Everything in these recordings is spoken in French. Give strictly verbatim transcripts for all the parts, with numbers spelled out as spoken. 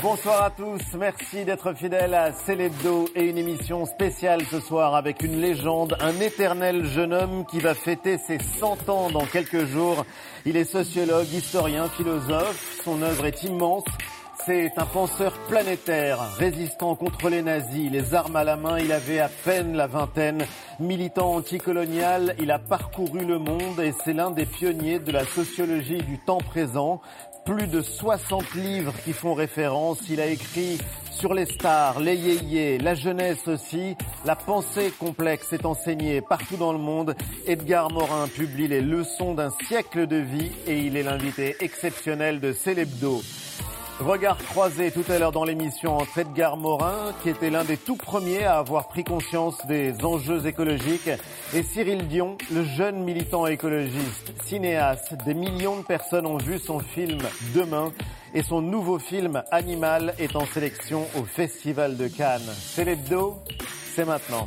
Bonsoir à tous, merci d'être fidèles à C'est l'Hebdo et une émission spéciale ce soir avec une légende, un éternel jeune homme qui va fêter ses cent ans dans quelques jours. Il est sociologue, historien, philosophe, son œuvre est immense. C'est un penseur planétaire, résistant contre les nazis, les armes à la main, il avait à peine la vingtaine. Militant anticolonial, il a parcouru le monde et c'est l'un des pionniers de la sociologie du temps présent. Plus de soixante livres qui font référence. Il a écrit sur les stars, les yéyés, la jeunesse aussi. La pensée complexe est enseignée partout dans le monde. Edgar Morin publie les leçons d'un siècle de vie et il est l'invité exceptionnel de C'est l'Hebdo. Regard croisé tout à l'heure dans l'émission entre Edgar Morin, qui était l'un des tout premiers à avoir pris conscience des enjeux écologiques, et Cyril Dion, le jeune militant écologiste, cinéaste. Des millions de personnes ont vu son film Demain, et son nouveau film Animal est en sélection au Festival de Cannes. C'est l'Hebdo, c'est maintenant.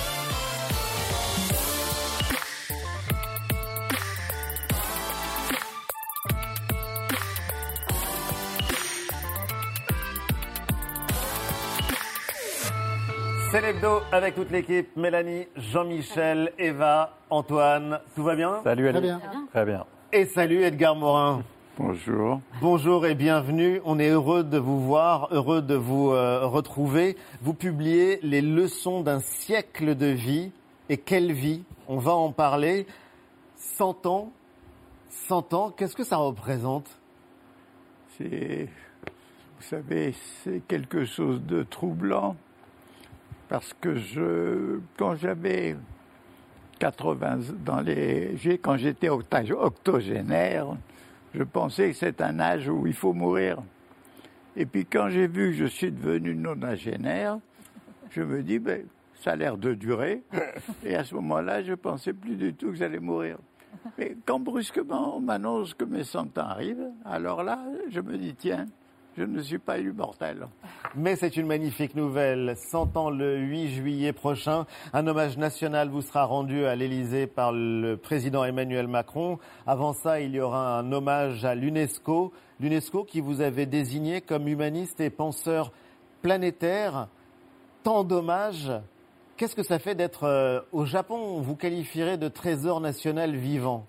C'est l'Hebdo avec toute l'équipe, Mélanie, Jean-Michel, Eva, Antoine, tout va bien? Salut Ali. Très bien. Très bien. Et salut Edgar Morin. Bonjour. Bonjour et bienvenue, on est heureux de vous voir, heureux de vous euh, retrouver. Vous publiez les leçons d'un siècle de vie, et quelle vie? On va en parler. cent ans, cent ans, qu'est-ce que ça représente? C'est, vous savez, c'est quelque chose de troublant. Parce que je, quand j'avais quatre-vingts, dans les, j'ai, quand j'étais octogénaire, je pensais que c'est un âge où il faut mourir. Et puis quand j'ai vu que je suis devenu nonagénaire, je me dis, ben, ça a l'air de durer. Et à ce moment-là, je pensais plus du tout que j'allais mourir. Mais quand brusquement on m'annonce que mes cent ans arrivent, alors là, je me dis, tiens, je ne suis pas immortel. Mais c'est une magnifique nouvelle. cent ans le huit juillet prochain. Un hommage national vous sera rendu à l'Élysée par le président Emmanuel Macron. Avant ça, il y aura un hommage à l'UNESCO. L'UNESCO qui vous avait désigné comme humaniste et penseur planétaire. Tant d'hommages. Qu'est-ce que ça fait d'être euh, au Japon? On vous qualifierait de trésor national vivant.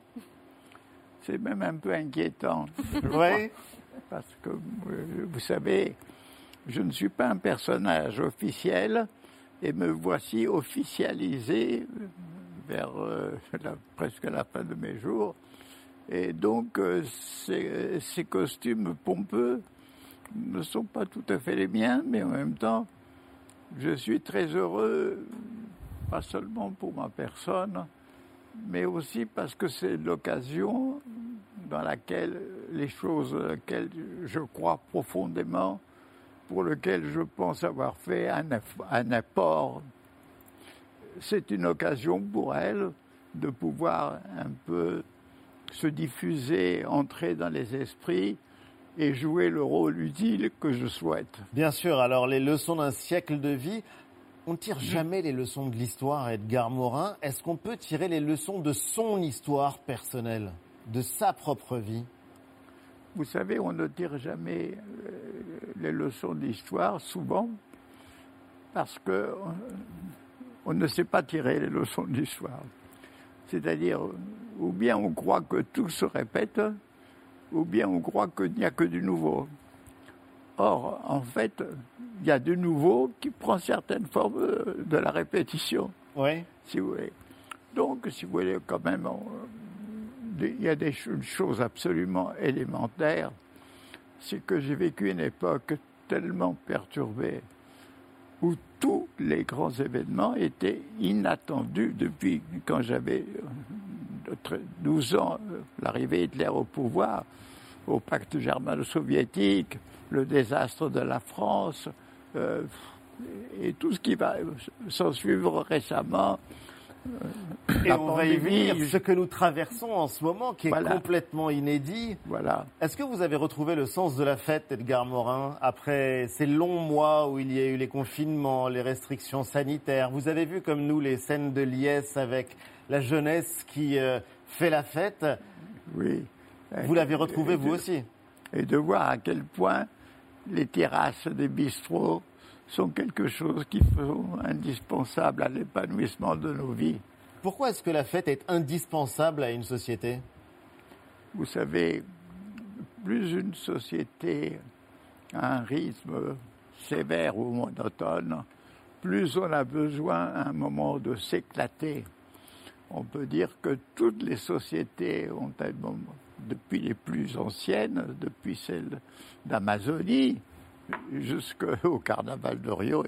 C'est même un peu inquiétant. Oui. Parce que, vous savez, je ne suis pas un personnage officiel et me voici officialisé vers euh, la, presque la fin de mes jours. Et donc, euh, ces, ces costumes pompeux ne sont pas tout à fait les miens, mais en même temps, je suis très heureux, pas seulement pour ma personne, mais aussi parce que c'est l'occasion dans laquelle les choses auxquelles je crois profondément, pour lesquelles je pense avoir fait un, un apport, c'est une occasion pour elle de pouvoir un peu se diffuser, entrer dans les esprits et jouer le rôle utile que je souhaite. Bien sûr, alors les leçons d'un siècle de vie, on ne tire jamais les leçons de l'histoire, Edgar Morin. Est-ce qu'on peut tirer les leçons de son histoire personnelle, de sa propre vie? Vous savez, on ne tire jamais euh, les leçons de l'histoire, souvent, parce que on, on ne sait pas tirer les leçons de l'histoire. C'est-à-dire, ou bien on croit que tout se répète, ou bien on croit qu'il n'y a que du nouveau. Or, en fait, il y a du nouveau qui prend certaines formes de la répétition. Oui. Si vous voulez. Donc, si vous voulez, quand même, on, il y a des choses absolument élémentaires. C'est que j'ai vécu une époque tellement perturbée où tous les grands événements étaient inattendus depuis quand j'avais douze ans, l'arrivée Hitler au pouvoir, au pacte germano-soviétique, le désastre de la France, euh, et tout ce qui va s'en suivre récemment. Et on va y venir, ce que nous traversons en ce moment, qui est voilà. complètement inédit. Voilà. Est-ce que vous avez retrouvé le sens de la fête, Edgar Morin, après ces longs mois où il y a eu les confinements, les restrictions sanitaires? Vous avez vu comme nous les scènes de liesse avec la jeunesse qui euh, fait la fête? Oui. Vous l'avez retrouvé vous aussi? Et de voir à quel point les terrasses des bistrots sont quelque chose qui sont indispensables à l'épanouissement de nos vies. Pourquoi est-ce que la fête est indispensable à une société ? Vous savez, plus une société a un rythme sévère ou monotone, plus on a besoin à un moment de s'éclater. On peut dire que toutes les sociétés ont un moment, depuis les plus anciennes, depuis celle d'Amazonie jusqu'au carnaval de Rio,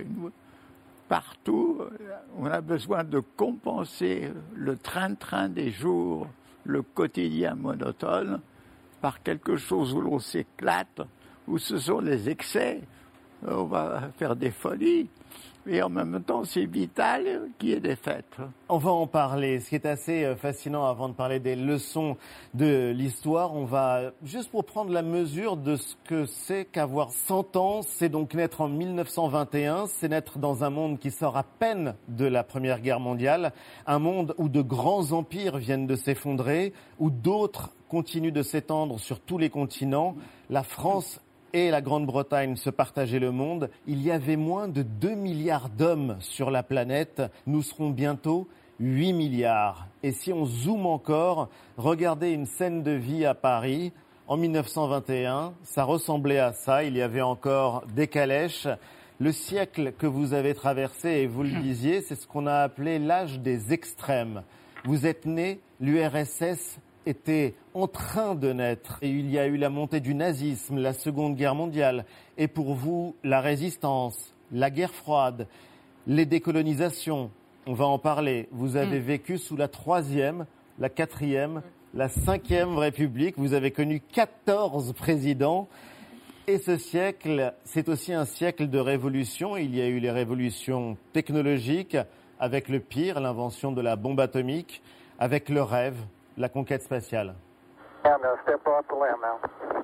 partout, on a besoin de compenser le train-train des jours, le quotidien monotone, par quelque chose où l'on s'éclate, où ce sont les excès. On va faire des folies. Et en même temps, c'est vital qu'il y ait des fêtes. On va en parler. Ce qui est assez fascinant avant de parler des leçons de l'histoire, on va, juste pour prendre la mesure de ce que c'est qu'avoir cent ans, c'est donc naître en mille neuf cent vingt et un, c'est naître dans un monde qui sort à peine de la Première Guerre mondiale, un monde où de grands empires viennent de s'effondrer, où d'autres continuent de s'étendre sur tous les continents. La France et la Grande-Bretagne se partageaient le monde. Il y avait moins de deux milliards d'hommes sur la planète. Nous serons bientôt huit milliards. Et si on zoome encore, regardez une scène de vie à Paris. En mille neuf cent vingt et un, ça ressemblait à ça. Il y avait encore des calèches. Le siècle que vous avez traversé, et vous le disiez, c'est ce qu'on a appelé l'âge des extrêmes. Vous êtes né, l'U R S S était en train de naître et il y a eu la montée du nazisme, la Seconde Guerre mondiale et pour vous, la résistance, la guerre froide, les décolonisations, on va en parler. Vous avez mmh. vécu sous la troisième, la quatrième, la cinquième République, vous avez connu quatorze présidents et ce siècle, c'est aussi un siècle de révolution. Il y a eu les révolutions technologiques avec le pire, l'invention de la bombe atomique, avec le rêve, la conquête spatiale. I'm going to step off the limb now.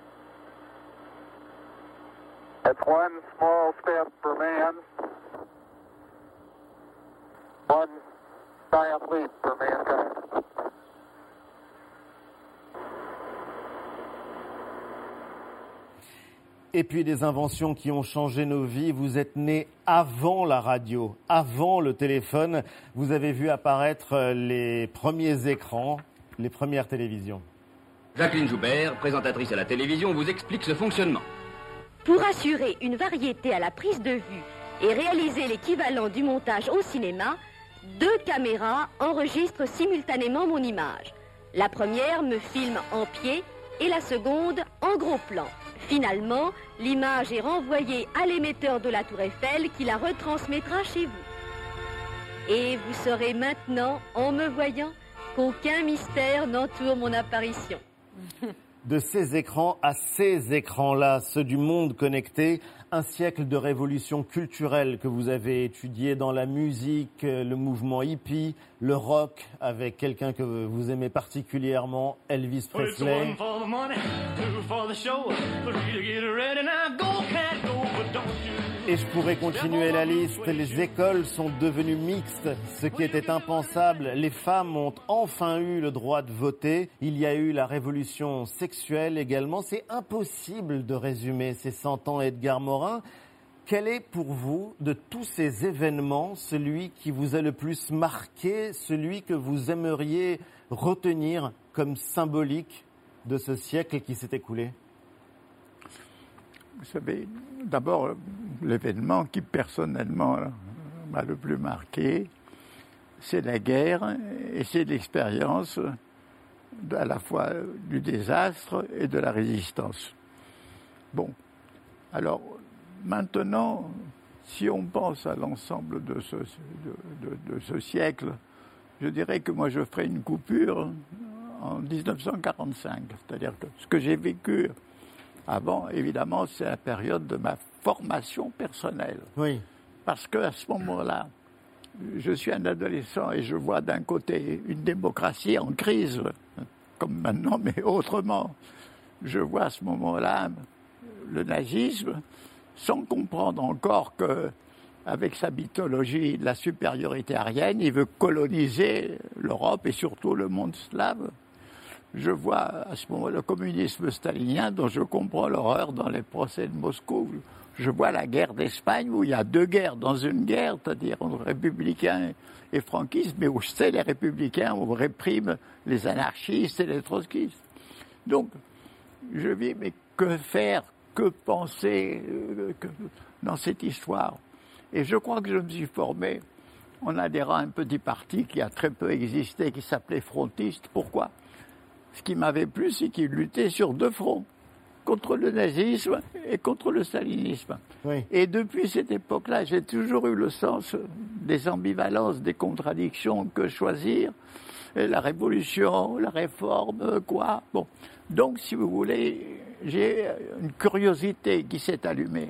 That's one small step for man, one giant leap for mankind. Et puis des inventions qui ont changé nos vies. Vous êtes né avant la radio, avant le téléphone. Vous avez vu apparaître les premiers écrans, les premières télévisions. Jacqueline Joubert, présentatrice à la télévision, vous explique ce fonctionnement. Pour assurer une variété à la prise de vue et réaliser l'équivalent du montage au cinéma, deux caméras enregistrent simultanément mon image. La première me filme en pied et la seconde en gros plan. Finalement, l'image est renvoyée à l'émetteur de la Tour Eiffel qui la retransmettra chez vous. Et vous saurez maintenant, en me voyant, qu'aucun mystère n'entoure mon apparition. De ces écrans à ces écrans-là, ceux du monde connecté, un siècle de révolution culturelle que vous avez étudié dans la musique, le mouvement hippie, le rock, avec quelqu'un que vous aimez particulièrement, Elvis Presley. Et je pourrais continuer la liste. Les écoles sont devenues mixtes, ce qui était impensable. Les femmes ont enfin eu le droit de voter. Il y a eu la révolution sexuelle également. C'est impossible de résumer ces cent ans, Edgar Morin. Quel est pour vous, de tous ces événements, celui qui vous a le plus marqué, celui que vous aimeriez retenir comme symbolique de ce siècle qui s'est écoulé ? Vous savez, d'abord, l'événement qui personnellement m'a le plus marqué, c'est la guerre et c'est l'expérience à la fois du désastre et de la résistance. Bon, alors maintenant, si on pense à l'ensemble de ce, de, de, de ce siècle, je dirais que moi je ferai une coupure en dix-neuf cent quarante-cinq, c'est-à-dire que ce que j'ai vécu avant, évidemment, c'est la période de ma formation personnelle. Oui. Parce qu'à ce moment-là, je suis un adolescent et je vois d'un côté une démocratie en crise, comme maintenant, mais autrement. Je vois à ce moment-là le nazisme, sans comprendre encore qu'avec sa mythologie de la supériorité aryenne, il veut coloniser l'Europe et surtout le monde slave. je vois à ce moment le communisme stalinien dont je comprends l'horreur dans les procès de Moscou. Je vois la guerre d'Espagne où il y a deux guerres dans une guerre, c'est-à-dire entre républicains et franquistes, mais où c'est les républicains, où répriment les anarchistes et les trotskistes. Donc, je dis, mais que faire, que penser euh, que, dans cette histoire? Et je crois que je me suis formé en adhérant à un petit parti qui a très peu existé, qui s'appelait Frontiste. Pourquoi? Ce qui m'avait plu, c'est qu'il luttait sur deux fronts, contre le nazisme et contre le stalinisme. Oui. Et depuis cette époque-là, j'ai toujours eu le sens des ambivalences, des contradictions, que choisir, et la révolution, la réforme, quoi. Bon. Donc, si vous voulez, j'ai une curiosité qui s'est allumée.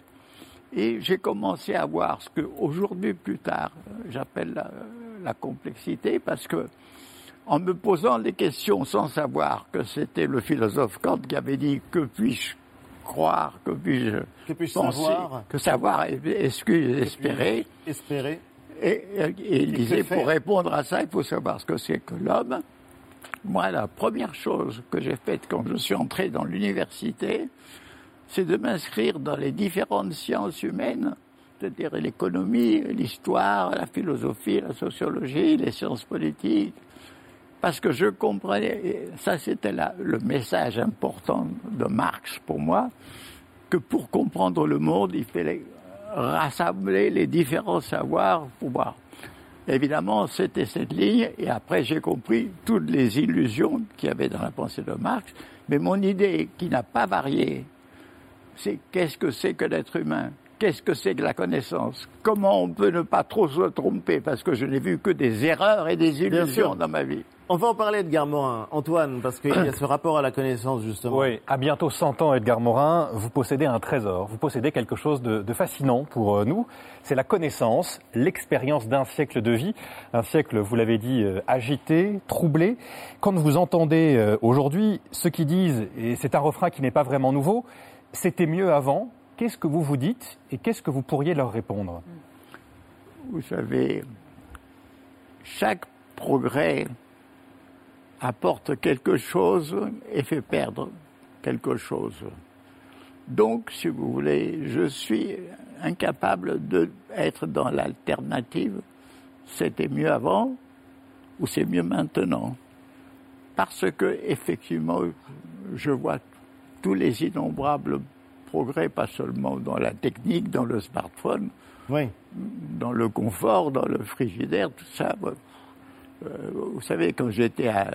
Et j'ai commencé à voir ce qu'aujourd'hui, plus tard, j'appelle la, la complexité, parce que en me posant des questions sans savoir que c'était le philosophe Kant qui avait dit « que puis-je croire, que puis-je que puis-je penser, savoir, que savoir, excuse, espérer ». Espérer. Et, et, et il disait, pour répondre à ça, il faut savoir ce que c'est que l'homme. Moi, la première chose que j'ai faite quand je suis entré dans l'université, c'est de m'inscrire dans les différentes sciences humaines, c'est-à-dire l'économie, l'histoire, la philosophie, la sociologie, les sciences politiques, parce que je comprenais, et ça c'était la, le message important de Marx pour moi, que pour comprendre le monde, il fallait rassembler les différents savoirs pour voir. Évidemment, c'était cette ligne, et après j'ai compris toutes les illusions qu'il y avait dans la pensée de Marx, mais mon idée qui n'a pas varié, c'est qu'est-ce que c'est que l'être humain? Qu'est-ce que c'est que la connaissance? Comment on peut ne pas trop se tromper? Parce que je n'ai vu que des erreurs et des illusions dans ma vie. On va en parler, Edgar Morin. Antoine, parce qu'il y a ce rapport à la connaissance, justement. Oui, à bientôt cent ans, Edgar Morin, vous possédez un trésor. Vous possédez quelque chose de, de fascinant pour nous. C'est la connaissance, l'expérience d'un siècle de vie. Un siècle, vous l'avez dit, euh, agité, troublé. Quand vous entendez euh, aujourd'hui ceux qui disent, et c'est un refrain qui n'est pas vraiment nouveau, c'était mieux avant, qu'est-ce que vous vous dites et qu'est-ce que vous pourriez leur répondre? Vous savez, chaque progrès apporte quelque chose et fait perdre quelque chose. Donc, si vous voulez, je suis incapable d'être dans l'alternative. C'était mieux avant ou c'est mieux maintenant. Parce que, effectivement, je vois tous les innombrables progrès, pas seulement dans la technique, dans le smartphone, oui, dans le confort, dans le frigidaire, tout ça. Euh, vous savez, quand j'étais à,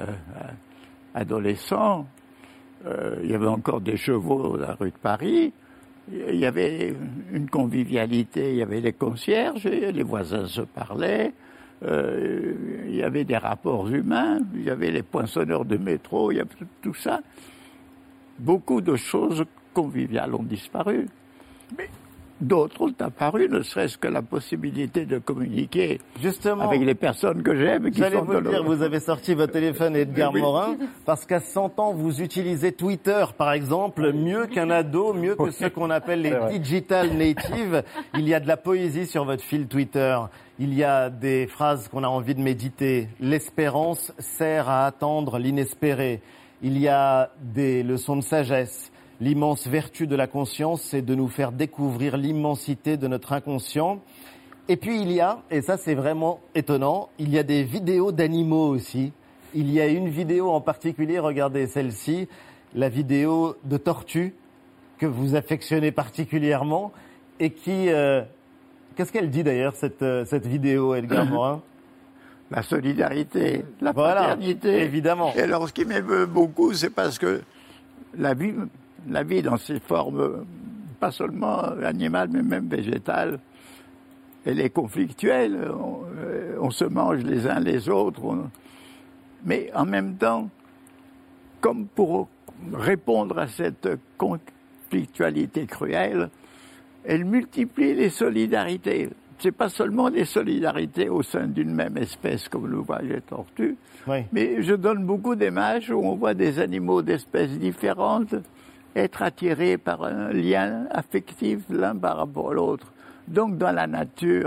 à, adolescent, euh, il y avait encore des chevaux dans la rue de Paris, il y avait une convivialité, il y avait les concierges, les voisins se parlaient, euh, il y avait des rapports humains, il y avait les poinçonneurs de métro, il y avait tout ça. Beaucoup de choses conviviales ont disparu. Mais d'autres ont apparu, ne serait-ce que la possibilité de communiquer Justement, avec les personnes que j'aime. J'allais vous le dire, vous avez sorti votre téléphone, Edgar Morin, parce qu'à cent ans, vous utilisez Twitter, par exemple, mieux qu'un ado, mieux que ceux qu'on appelle les digital natives. Il y a de la poésie sur votre fil Twitter. Il y a des phrases qu'on a envie de méditer. L'espérance sert à attendre l'inespéré. Il y a des leçons de sagesse. L'immense vertu de la conscience, c'est de nous faire découvrir l'immensité de notre inconscient. Et puis il y a, et ça c'est vraiment étonnant, il y a des vidéos d'animaux aussi. Il y a une vidéo en particulier, regardez celle-ci, la vidéo de tortue que vous affectionnez particulièrement et qui... Euh, qu'est-ce qu'elle dit d'ailleurs cette, cette vidéo, Edgar Morin? La solidarité, la voilà, fraternité. Évidemment. Et alors ce qui m'émeut beaucoup, c'est parce que la vie... La vie dans ses formes, pas seulement animales, mais même végétales, elle est conflictuelle. On, on se mange les uns les autres. On... Mais en même temps, comme pour répondre à cette conflictualité cruelle, elle multiplie les solidarités. C'est pas seulement des solidarités au sein d'une même espèce, comme le voient les tortues, oui, mais je donne beaucoup d'images où on voit des animaux d'espèces différentes être attirés par un lien affectif l'un par rapport à l'autre. Donc dans la nature,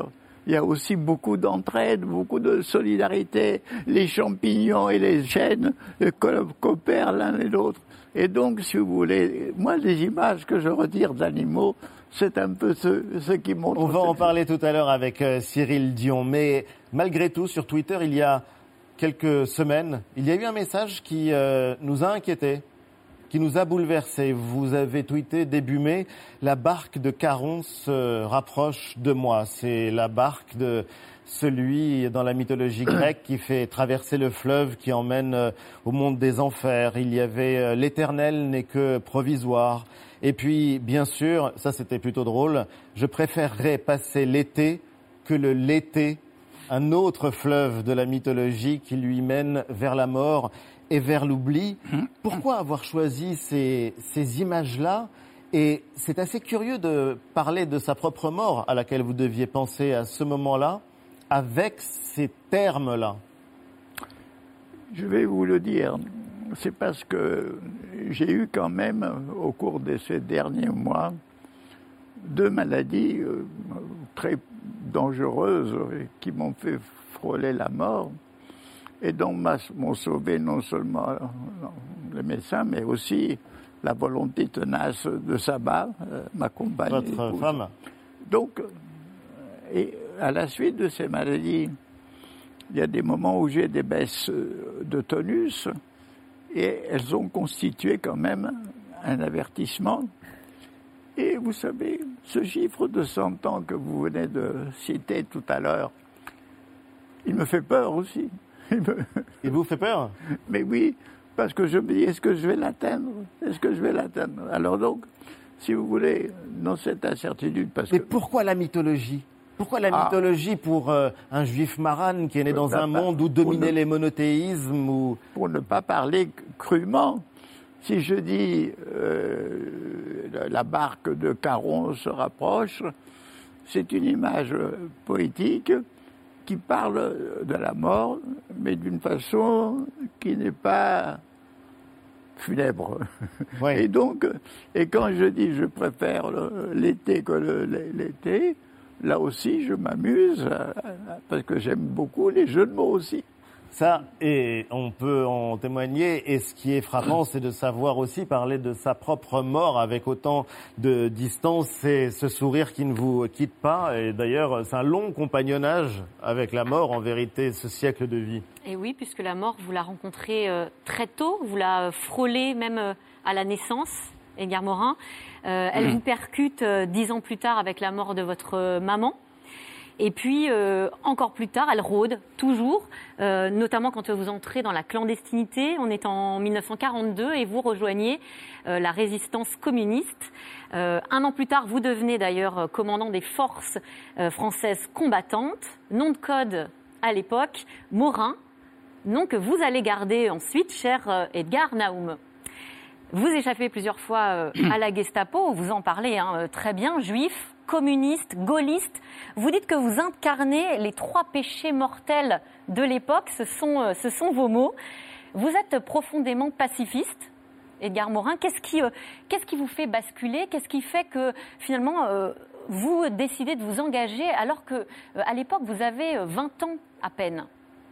il y a aussi beaucoup d'entraide, beaucoup de solidarité. Les champignons et les chênes co- coopèrent l'un et l'autre. Et donc, si vous voulez, moi, les images que je retire d'animaux, c'est un peu ce, ce qui montre... On va en parler tout à l'heure avec euh, Cyril Dion. Mais malgré tout, sur Twitter, il y a quelques semaines, il y a eu un message qui euh, nous a inquiétés, qui nous a bouleversés. Vous avez tweeté début mai, la barque de Charon se rapproche de moi. C'est la barque de celui dans la mythologie grecque qui fait traverser le fleuve, qui emmène euh, au monde des enfers. Il y avait euh, l'éternel n'est que provisoire. Et puis, bien sûr, ça c'était plutôt drôle, je préférerais passer l'été que le l'été, un autre fleuve de la mythologie qui lui mène vers la mort et vers l'oubli. Pourquoi avoir choisi ces, ces images-là? Et c'est assez curieux de parler de sa propre mort à laquelle vous deviez penser à ce moment-là, avec ces termes-là. Je vais vous le dire, c'est parce que j'ai eu quand même, au cours de ces derniers mois, deux maladies euh, très dangereuses qui m'ont fait frôler la mort et dont m'ont sauvé non seulement les médecins, mais aussi la volonté tenace de Saba, euh, ma compagne. Votre épouse. femme. Donc, et à la suite de ces maladies, il y a des moments où j'ai des baisses de tonus et elles ont constitué quand même un avertissement. Et vous savez, ce chiffre de cent ans que vous venez de citer tout à l'heure, il me fait peur aussi. Il, me... il vous fait peur? Mais oui, parce que je me dis, est-ce que je vais l'atteindre? Est-ce que je vais l'atteindre? Alors donc, si vous voulez, dans cette incertitude, parce Mais que... pourquoi la mythologie? Pourquoi la Ah. mythologie pour euh, un juif marane qui est né dans un monde où dominaient ne... les monothéismes ou... Pour ne pas parler crûment, si je dis euh, la barque de Charon se rapproche, c'est une image poétique qui parle de la mort, mais d'une façon qui n'est pas funèbre. Oui. Et donc, et quand je dis je préfère le- l'été que le- l'été, là aussi je m'amuse, euh, parce que j'aime beaucoup les jeux de mots aussi. Ça, et on peut en témoigner. Et ce qui est frappant, c'est de savoir aussi parler de sa propre mort avec autant de distance. C'est ce sourire qui ne vous quitte pas. Et d'ailleurs, c'est un long compagnonnage avec la mort, en vérité, ce siècle de vie. Et oui, puisque la mort, vous la rencontrez euh, très tôt, vous la euh, frôlez même euh, à la naissance, Edgar Morin. Euh, elle vous percute euh, dix ans plus tard avec la mort de votre euh, maman. Et puis, euh, encore plus tard, elle rôde, toujours, euh, notamment quand vous entrez dans la clandestinité. On est en mille neuf cent quarante-deux et vous rejoignez euh, la résistance communiste. Euh, un an plus tard, vous devenez d'ailleurs commandant des forces euh, françaises combattantes. Nom de code à l'époque, Morin, nom que vous allez garder ensuite, cher euh, Edgar Naum. Vous échappez plusieurs fois euh, à la Gestapo, vous en parlez hein, euh, très bien, juif, communiste, gaulliste. Vous dites que vous incarnez les trois péchés mortels de l'époque, ce sont, euh, ce sont vos mots. Vous êtes profondément pacifiste, Edgar Morin. Qu'est-ce qui, euh, qu'est-ce qui vous fait basculer? Qu'est-ce qui fait que finalement euh, vous décidez de vous engager alors que euh, à l'époque vous avez euh, vingt ans à peine?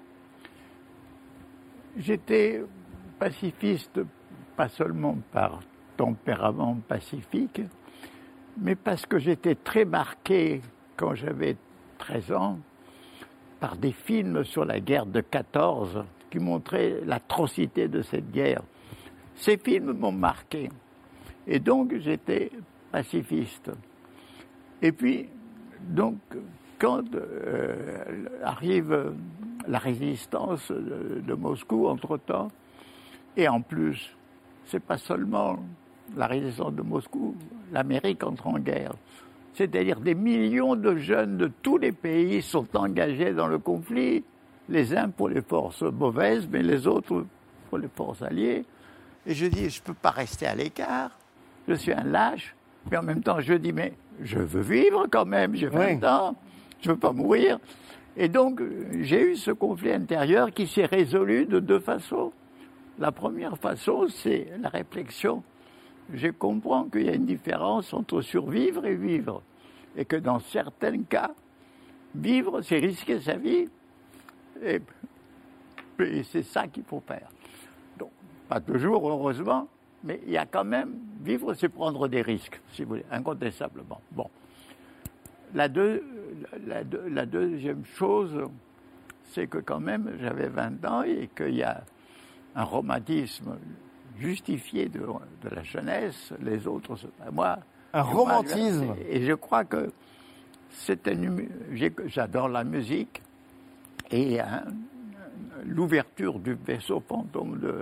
J'étais pacifiste, pas seulement par tempérament pacifique, mais parce que j'étais très marqué, quand j'avais treize ans, par des films sur la guerre de quatorze qui montraient l'atrocité de cette guerre. Ces films m'ont marqué. Et donc, j'étais pacifiste. Et puis, donc, quand euh, arrive la résistance de, de Moscou, entre-temps, et en plus, c'est pas seulement la résistance de Moscou, l'Amérique entre en guerre. C'est-à-dire des millions de jeunes de tous les pays sont engagés dans le conflit, les uns pour les forces mauvaises, mais les autres pour les forces alliées. Et je dis, je ne peux pas rester à l'écart, je suis un lâche, mais en même temps je dis, mais je veux vivre quand même, j'ai vingt Oui. ans, je ne veux pas mourir. Et donc j'ai eu ce conflit intérieur qui s'est résolu de deux façons. La première façon, c'est la réflexion. Je comprends qu'il y a une différence entre survivre et vivre. Et que dans certains cas, vivre, c'est risquer sa vie. Et, et c'est ça qu'il faut faire. Donc, pas toujours, heureusement, mais il y a quand même, vivre, c'est prendre des risques, si vous voulez, incontestablement. Bon. La, deux, la, deux, la deuxième chose, c'est que quand même, j'avais vingt ans et qu'il y a un romantisme justifié de, de la jeunesse, les autres, moi... Un romantisme. Moi, et je crois que c'est une, j'adore la musique et hein, l'ouverture du vaisseau fantôme de,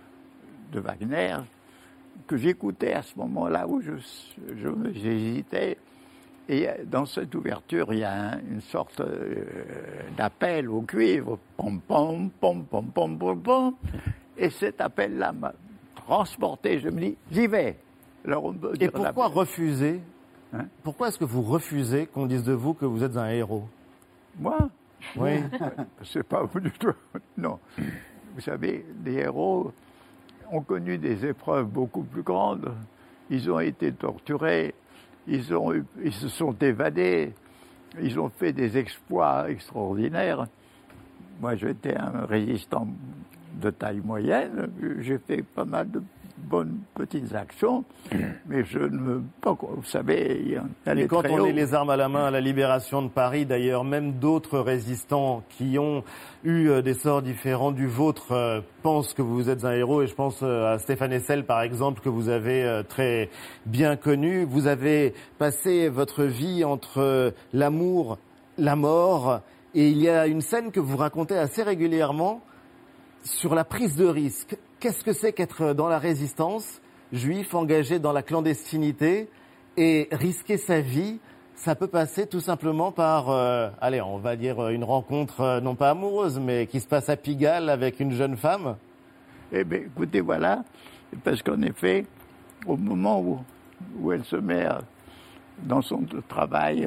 de Wagner, que j'écoutais à ce moment-là où je, je, j'hésitais. Et dans cette ouverture, il y a un, une sorte euh, d'appel au cuivre, pom pom pom pom pom pom pom, et cet appel-là m'a transporté. Je me dis, j'y vais. Alors on peut et dire pourquoi la... refuser hein? Pourquoi est-ce que vous refusez qu'on dise de vous que vous êtes un héros? Moi? Oui. C'est pas du tout. Non. Vous savez, les héros ont connu des épreuves beaucoup plus grandes. Ils ont été torturés. Ils, ont eu, ils se sont évadés, ils ont fait des exploits extraordinaires. Moi, j'étais un résistant de taille moyenne, j'ai fait pas mal de bonnes petites actions, mais je ne me... Vous savez, il y a Et quand très on haut. est les armes à la main à la libération de Paris, d'ailleurs, même d'autres résistants qui ont eu des sorts différents du vôtre euh, pensent que vous êtes un héros. Et je pense euh, à Stéphane Hessel, par exemple, que vous avez euh, très bien connu. Vous avez passé votre vie entre euh, l'amour, la mort, et il y a une scène que vous racontez assez régulièrement sur la prise de risque. Qu'est-ce que c'est qu'être dans la résistance, juif engagé dans la clandestinité, et risquer sa vie? Ça peut passer tout simplement par, euh, allez, on va dire une rencontre euh, non pas amoureuse, mais qui se passe à Pigalle avec une jeune femme. Eh bien, écoutez, voilà, parce qu'en effet, au moment où, où elle se met à, dans son travail,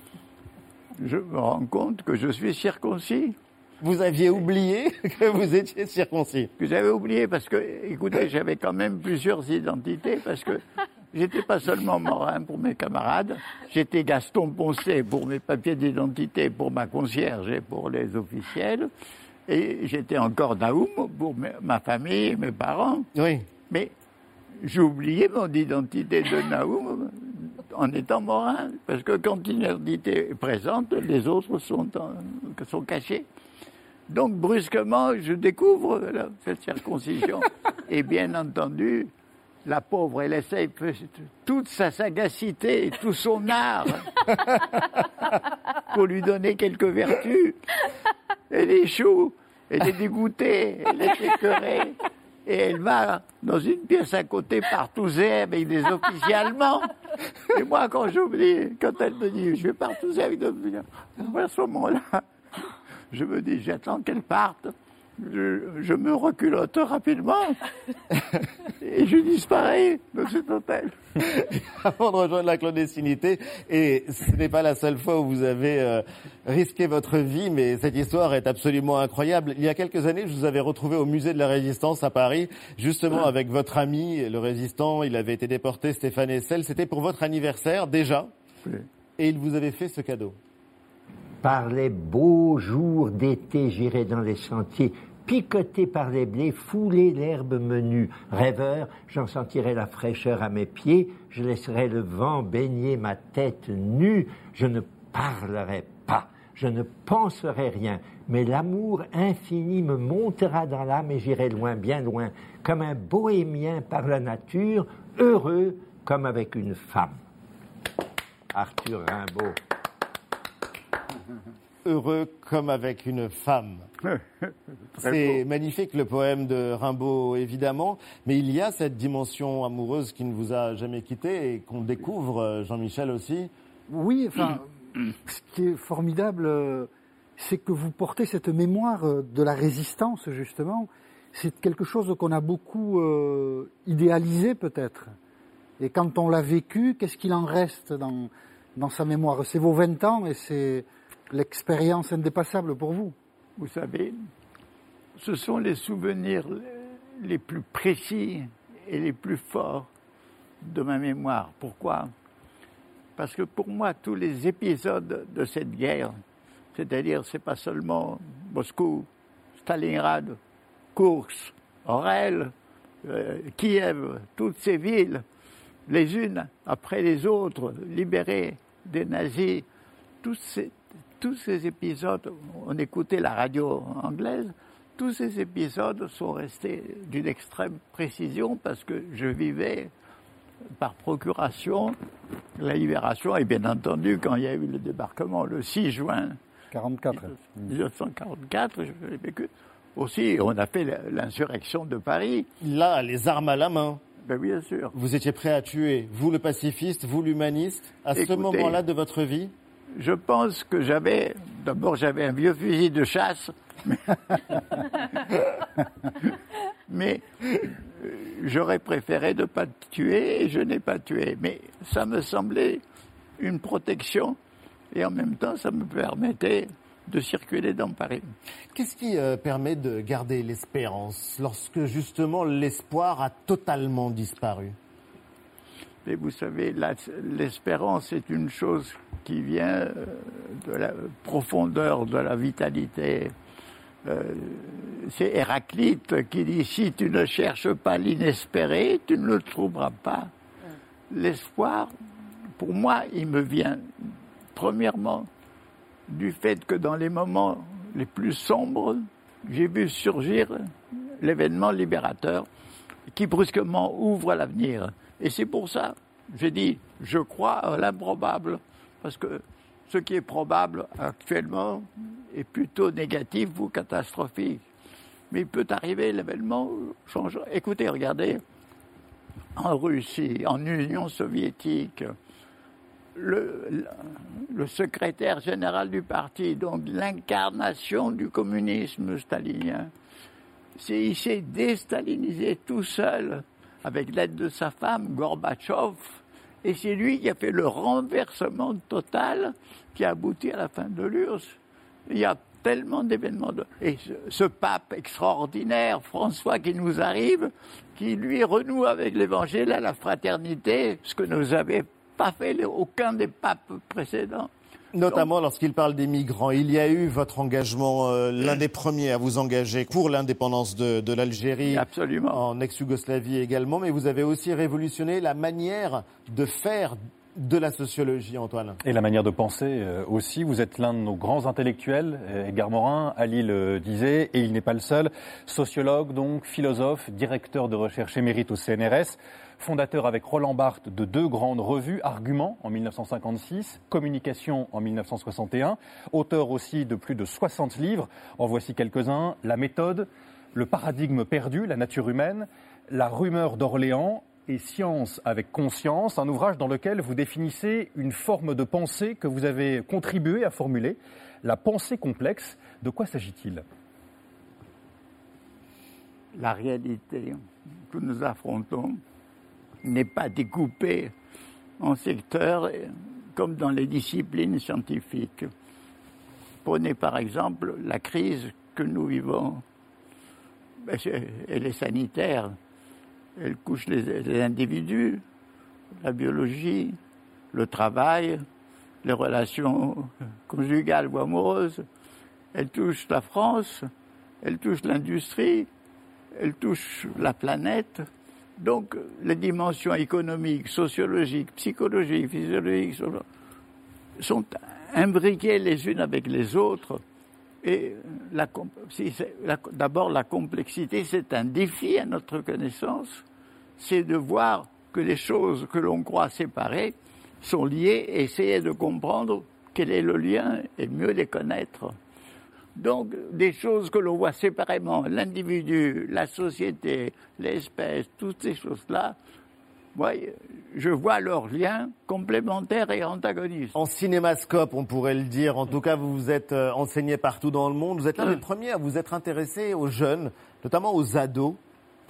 je me rends compte que je suis circoncis. Vous aviez oublié que vous étiez circoncis. Que j'avais oublié parce que, écoutez, j'avais quand même plusieurs identités parce que j'étais pas seulement Morin pour mes camarades, j'étais Gaston Poncet pour mes papiers d'identité, pour ma concierge et pour les officiels, et j'étais encore Naoum pour ma famille et mes parents. Oui. Mais j'ai oublié mon identité de Naoum en étant Morin, parce que quand une identité est présente, les autres sont, en, sont cachés. Donc, brusquement, je découvre là, cette circoncision. Et bien entendu, la pauvre, elle essaye toute sa sagacité et tout son art pour lui donner quelques vertus. Elle échoue, elle est dégoûtée, elle est écœurée. Et elle va dans une pièce à côté partouzer avec des officiers allemands. Et moi, quand j'oublie, quand elle me dit, je vais partouzer avec des officiers, à ce moment-là, je me dis, j'attends qu'elle parte, je, je me reculotte rapidement et je disparais de cet hôtel. Avant de rejoindre la clandestinité, et ce n'est pas la seule fois où vous avez euh, risqué votre vie, mais cette histoire est absolument incroyable. Il y a quelques années, je vous avais retrouvé au musée de la Résistance à Paris, justement avec votre ami, le résistant, il avait été déporté, Stéphane Hessel. C'était pour votre anniversaire déjà, Oui. Et il vous avait fait ce cadeau. Par les beaux jours d'été, j'irai dans les sentiers, picoté par les blés, fouler l'herbe menue. Rêveur, j'en sentirai la fraîcheur à mes pieds, je laisserai le vent baigner ma tête nue. Je ne parlerai pas, je ne penserai rien, mais l'amour infini me montera dans l'âme et j'irai loin, bien loin, comme un bohémien par la nature, heureux comme avec une femme. Arthur Rimbaud. Heureux comme avec une femme. C'est magnifique le poème de Rimbaud, évidemment, mais il y a cette dimension amoureuse qui ne vous a jamais quitté et qu'on découvre, Jean-Michel aussi. Oui, enfin, ce qui est formidable, c'est que vous portez cette mémoire de la résistance, justement. C'est quelque chose qu'on a beaucoup euh, idéalisé, peut-être. Et quand on l'a vécu, qu'est-ce qu'il en reste dans, dans sa mémoire? C'est vos vingt ans et c'est l'expérience indépassable pour vous. Vous savez, ce sont les souvenirs les plus précis et les plus forts de ma mémoire. Pourquoi? Parce que pour moi, tous les épisodes de cette guerre C'est-à-dire, c'est pas seulement Moscou, Stalingrad, Koursk, Orel, euh, Kiev, toutes ces villes, les unes après les autres, libérées des nazis, tous ces, tous ces épisodes, on écoutait la radio anglaise, tous ces épisodes sont restés d'une extrême précision parce que je vivais par procuration la libération et bien entendu quand il y a eu le débarquement le six juin quarante-quatre. mille neuf cent quarante-quatre, je l'ai vécu. Aussi, on a fait l'insurrection de Paris. Là, les armes à la main. Ben bien sûr. Vous étiez prêt à tuer, vous le pacifiste, vous l'humaniste, à Écoutez, ce moment-là de votre vie? Je pense que j'avais, d'abord j'avais un vieux fusil de chasse, mais j'aurais préféré ne pas tuer et je n'ai pas tué. Mais ça me semblait une protection et en même temps ça me permettait de circuler dans Paris. Qu'est-ce qui euh, permet de garder l'espérance lorsque justement l'espoir a totalement disparu? Et vous savez, la, l'espérance est une chose qui vient de la profondeur de la vitalité. Euh, c'est Héraclite qui dit « Si tu ne cherches pas l'inespéré, tu ne le trouveras pas. » L'espoir, pour moi, il me vient premièrement du fait que dans les moments les plus sombres, j'ai vu surgir l'événement libérateur qui brusquement ouvre l'avenir. Et c'est pour ça, j'ai dit, je crois à l'improbable, parce que ce qui est probable actuellement est plutôt négatif ou catastrophique. Mais il peut arriver l'événement changeant. Écoutez, regardez, en Russie, en Union soviétique, le, le, le secrétaire général du parti, donc l'incarnation du communisme stalinien, c'est, il s'est déstalinisé tout seul avec l'aide de sa femme, Gorbatchev, et c'est lui qui a fait le renversement total qui a abouti à la fin de l'U R S S. Il y a tellement d'événements. De... Et ce, ce pape extraordinaire, François, qui nous arrive, qui lui renoue avec l'Évangile à la fraternité, ce que nous avait pas fait aucun des papes précédents. Notamment Donc, lorsqu'il parle des migrants. Il y a eu votre engagement, euh, l'un des premiers à vous engager pour l'indépendance de, de l'Algérie. Absolument. En ex-Yougoslavie également. Mais vous avez aussi révolutionné la manière de faire de la sociologie, Antoine. Et la manière de penser euh, aussi. Vous êtes l'un de nos grands intellectuels. Edgar Morin, Ali le disait, et il n'est pas le seul. Sociologue, donc, philosophe, directeur de recherche émérite au C N R S. Fondateur avec Roland Barthes de deux grandes revues, Argument en mille neuf cent cinquante-six, Communication en mille neuf cent soixante et un, auteur aussi de plus de soixante livres, en voici quelques-uns, La méthode, Le paradigme perdu, la nature humaine, La rumeur d'Orléans et Science avec conscience, un ouvrage dans lequel vous définissez une forme de pensée que vous avez contribué à formuler, la pensée complexe. De quoi s'agit-il ? La réalité que nous affrontons n'est pas découpée en secteurs comme dans les disciplines scientifiques. Prenez par exemple la crise que nous vivons. Elle est sanitaire, elle couche les, les individus, la biologie, le travail, les relations conjugales ou amoureuses. Elle touche la France, elle touche l'industrie, elle touche la planète. Donc, les dimensions économiques, sociologiques, psychologiques, physiologiques sont imbriquées les unes avec les autres. Et la, si la, d'abord, la complexité, c'est un défi à notre connaissance. C'est de voir que les choses que l'on croit séparées sont liées et essayer de comprendre quel est le lien et mieux les connaître. Donc, des choses que l'on voit séparément, l'individu, la société, l'espèce, toutes ces choses-là, ouais, je vois leurs liens complémentaires et antagonistes. En cinémascope, on pourrait le dire. En tout cas, vous vous êtes enseigné partout dans le monde. Vous êtes l'un des premiers à vous être intéressé aux jeunes, notamment aux ados. Pourquoi ?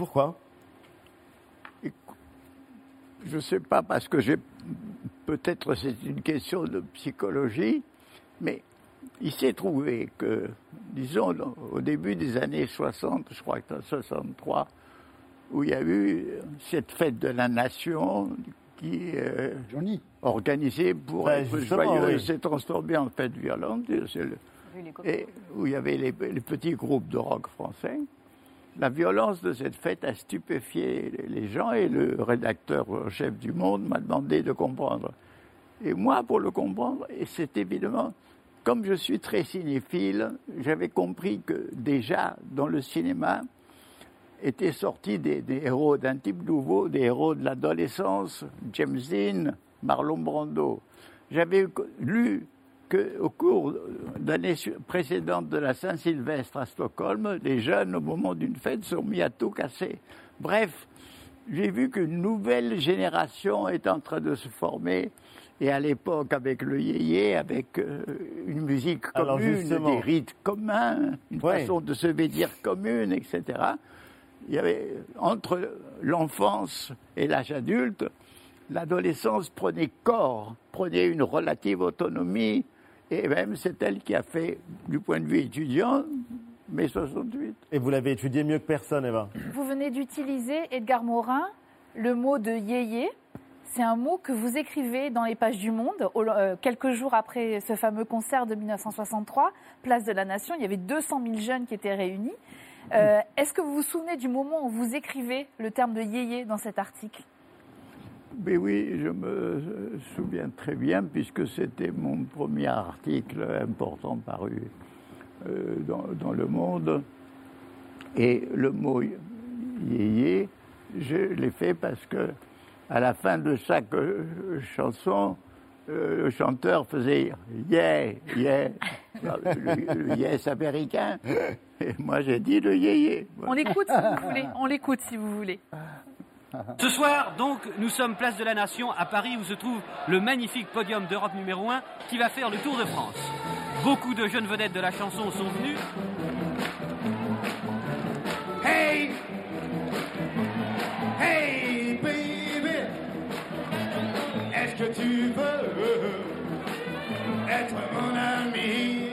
Je ne sais pas, parce que j'ai... Peut-être c'est une question de psychologie, mais... Il s'est trouvé que, disons, au début des années soixante, je crois que c'est en soixante-trois, où il y a eu cette fête de la nation qui est euh, organisée pour ouais, être joyeuse, oui. s'est transformée en fête violente. C'est le, vu les copains. et où il y avait les, les petits groupes de rock français. La violence de cette fête a stupéfié les gens et le rédacteur chef du Monde m'a demandé de comprendre. Et moi, pour le comprendre, et c'est évidemment, comme je suis très cinéphile, j'avais compris que déjà dans le cinéma étaient sortis des, des héros d'un type nouveau, des héros de l'adolescence, James Dean, Marlon Brando. J'avais lu qu'au cours d'années précédentes de la Saint-Sylvestre à Stockholm, les jeunes, au moment d'une fête, sont mis à tout casser. Bref, j'ai vu qu'une nouvelle génération est en train de se former. Et à l'époque, avec le yéyé, avec euh, une musique commune, des rites communs, une ouais. façon de se vêtir commune, et cetera, il y avait, entre l'enfance et l'âge adulte, l'adolescence prenait corps, prenait une relative autonomie, et même c'est elle qui a fait, du point de vue étudiant, mai soixante-huit. Et vous l'avez étudié mieux que personne, Eva. Vous venez d'utiliser, Edgar Morin, le mot de yéyé. C'est un mot que vous écrivez dans les pages du Monde, au, euh, quelques jours après ce fameux concert de mille neuf cent soixante-trois, Place de la Nation. Il y avait deux cent mille jeunes qui étaient réunis. Euh, est-ce que vous vous souvenez du moment où vous écrivez le terme de yéyé dans cet article ? Mais oui, je me souviens très bien, puisque c'était mon premier article important paru euh, dans, dans Le Monde. Et le mot yéyé, je l'ai fait parce que à la fin de chaque euh, chanson, euh, le chanteur faisait « yeah, yeah », le, le yes américain. Et moi, j'ai dit le yéyé. On l'écoute si vous voulez. On l'écoute si vous voulez. Ce soir, donc, nous sommes place de la Nation à Paris, où se trouve le magnifique podium d'Europe numéro un qui va faire le Tour de France. Beaucoup de jeunes vedettes de la chanson sont venues. Hey! Hey, baby! Est-ce que tu veux être mon ami?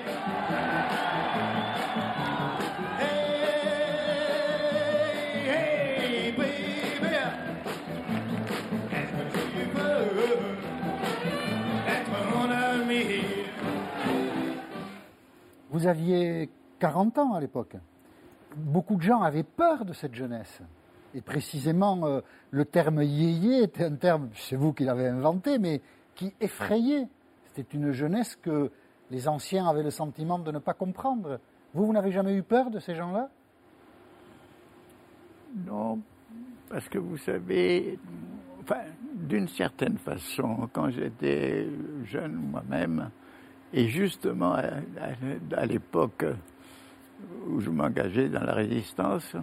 Hey, hey, baby! Est-ce que tu veux être mon ami? Vous aviez quarante ans à l'époque. Beaucoup de gens avaient peur de cette jeunesse. Et précisément, euh, le terme yéyé était un terme, c'est vous qui l'avez inventé, mais qui effrayait. C'était une jeunesse que les anciens avaient le sentiment de ne pas comprendre. Vous, vous n'avez jamais eu peur de ces gens-là ? Non, parce que vous savez, enfin, d'une certaine façon, quand j'étais jeune moi-même, et justement à, à, à l'époque où je m'engageais dans la résistance,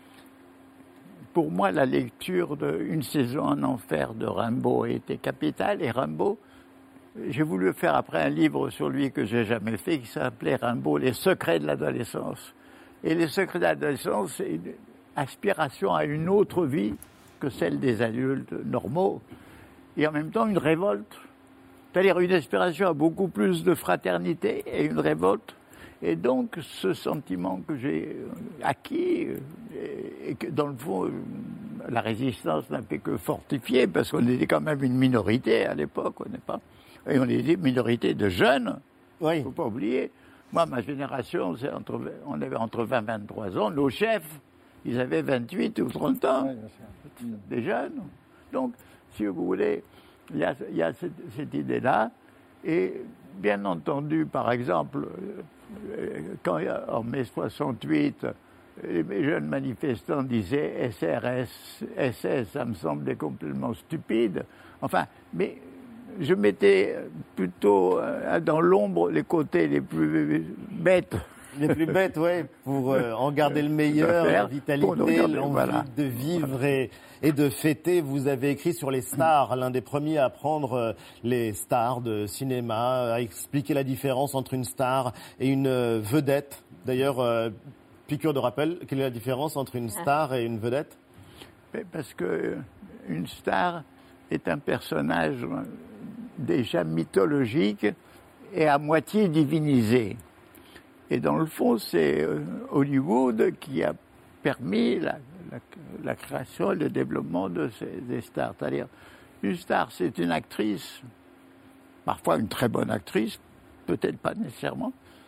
pour moi, la lecture d'Une saison en enfer de Rimbaud était capitale. Et Rimbaud, j'ai voulu faire après un livre sur lui que j'ai jamais fait, qui s'appelait Rimbaud, Les secrets de l'adolescence. Et les secrets de l'adolescence, c'est une aspiration à une autre vie que celle des adultes normaux. Et en même temps, une révolte. C'est-à-dire une aspiration à beaucoup plus de fraternité et une révolte. Et donc, ce sentiment que j'ai acquis, et que dans le fond, la résistance n'a fait que fortifier, parce qu'on était quand même une minorité à l'époque, on n'est pas. Et on était une minorité de jeunes, il oui. ne faut pas oublier. Moi, ma génération, c'est entre, on avait entre vingt et vingt-trois ans. Nos chefs, ils avaient vingt-huit ou trente ans, oui, des jeunes. Donc, si vous voulez, il y a, il y a cette, cette idée-là. Et bien entendu, par exemple, quand en mai soixante-huit, les jeunes manifestants disaient S R S, S S, ça me semblait complètement stupide. Enfin, mais je mettais plutôt dans l'ombre les côtés les plus bêtes. Les plus bêtes, oui, pour euh, en garder le meilleur, la vitalité, l'envie voilà. de vivre voilà. et, et de fêter. Vous avez écrit sur les stars, l'un des premiers à prendre euh, les stars de cinéma, à expliquer la différence entre une star et une euh, vedette. D'ailleurs, euh, piqûre de rappel, quelle est la différence entre une star et une vedette ? Parce que une star est un personnage déjà mythologique et à moitié divinisé. Et dans le fond, c'est Hollywood qui a permis la, la, la création et le développement de ces des stars. C'est-à-dire, une star, c'est une actrice, parfois une très bonne actrice, peut-être pas nécessairement,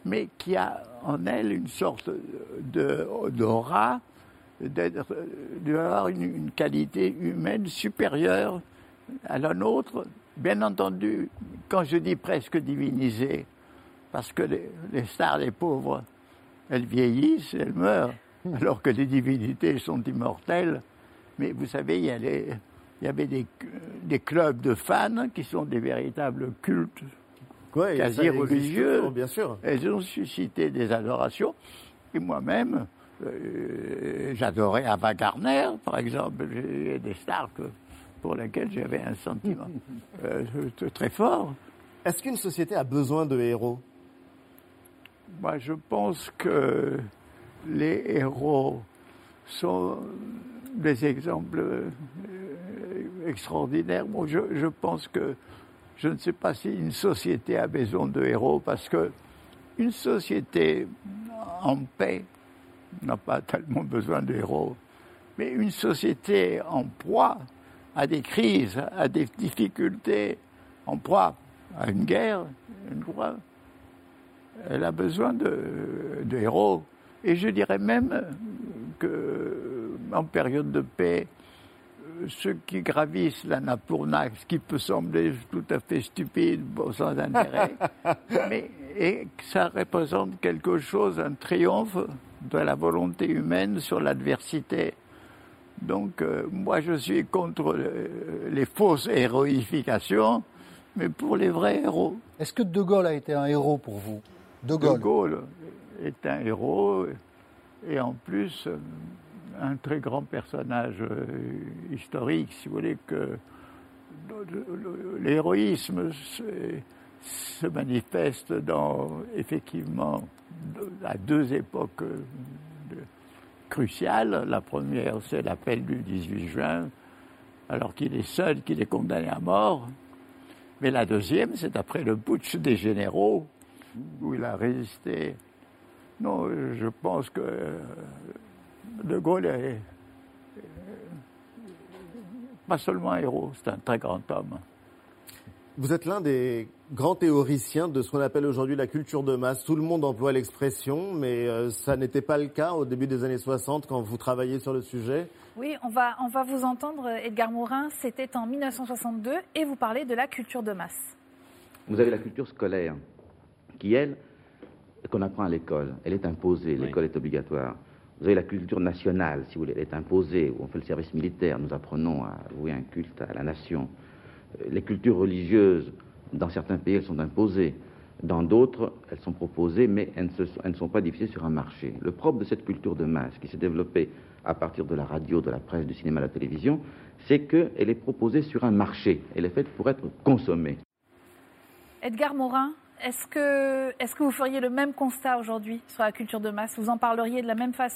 mais qui a en elle une sorte de, d'aura, d'avoir une, une qualité humaine supérieure à la nôtre. Bien entendu, quand je dis presque divinisée, parce que les, les stars, les pauvres, elles vieillissent, elles meurent, alors que les divinités sont immortelles. Mais vous savez, il y, a les, il y avait des, des clubs de fans qui sont des véritables cultes ouais, quasi religieux. Toujours, bien sûr. Elles ont suscité des adorations. Et moi-même, euh, j'adorais Ava Gardner, par exemple. J'ai des stars que, pour lesquelles j'avais un sentiment euh, très fort. Est-ce qu'une société a besoin de héros ? Moi, je pense que les héros sont des exemples euh, extraordinaires. Bon, je, je pense que je ne sais pas si une société a besoin de héros, parce que une société en paix n'a pas tellement besoin de héros. Mais une société en proie à des crises, à des difficultés, en proie à une guerre, une proie, elle a besoin de, de héros. Et je dirais même qu'en période de paix, ceux qui gravissent l'Annapurna, ce qui peut sembler tout à fait stupide, bon, sans intérêt, mais et ça représente quelque chose, un triomphe de la volonté humaine sur l'adversité. Donc, euh, moi, je suis contre le, les fausses héroïfications, mais pour les vrais héros. Est-ce que De Gaulle a été un héros pour vous ? De Gaulle. De Gaulle est un héros, et en plus, un très grand personnage euh, historique, si vous voulez, que l'héroïsme se, se manifeste dans, effectivement, à deux époques de, cruciales. La première, c'est l'appel du dix-huit juin, alors qu'il est seul, qu'il est condamné à mort. Mais la deuxième, c'est après le putsch des généraux, où il a résisté. Non, je pense que De Gaulle est pas seulement un héros, c'est un très grand homme. Vous êtes l'un des grands théoriciens de ce qu'on appelle aujourd'hui la culture de masse. Tout le monde emploie l'expression, mais euh, ça n'était pas le cas au début des années soixante quand vous travailliez sur le sujet. Oui, on va, on va vous entendre, Edgar Morin. C'était en mille neuf cent soixante-deux et vous parlez de la culture de masse. Vous avez la culture scolaire qui, elle, qu'on apprend à l'école. Elle est imposée, l'école oui. est obligatoire. Vous avez la culture nationale, si vous voulez, elle est imposée, où on fait le service militaire, nous apprenons à vouer un culte à la nation. Les cultures religieuses, dans certains pays, elles sont imposées. Dans d'autres, elles sont proposées, mais elles ne, se, elles ne sont pas diffusées sur un marché. Le propre de cette culture de masse, qui s'est développée à partir de la radio, de la presse, du cinéma, de la télévision, c'est qu'elle est proposée sur un marché. Elle est faite pour être consommée. Edgar Morin, est-ce que, est-ce que vous feriez le même constat aujourd'hui sur la culture de masse ? Vous en parleriez de la même façon ?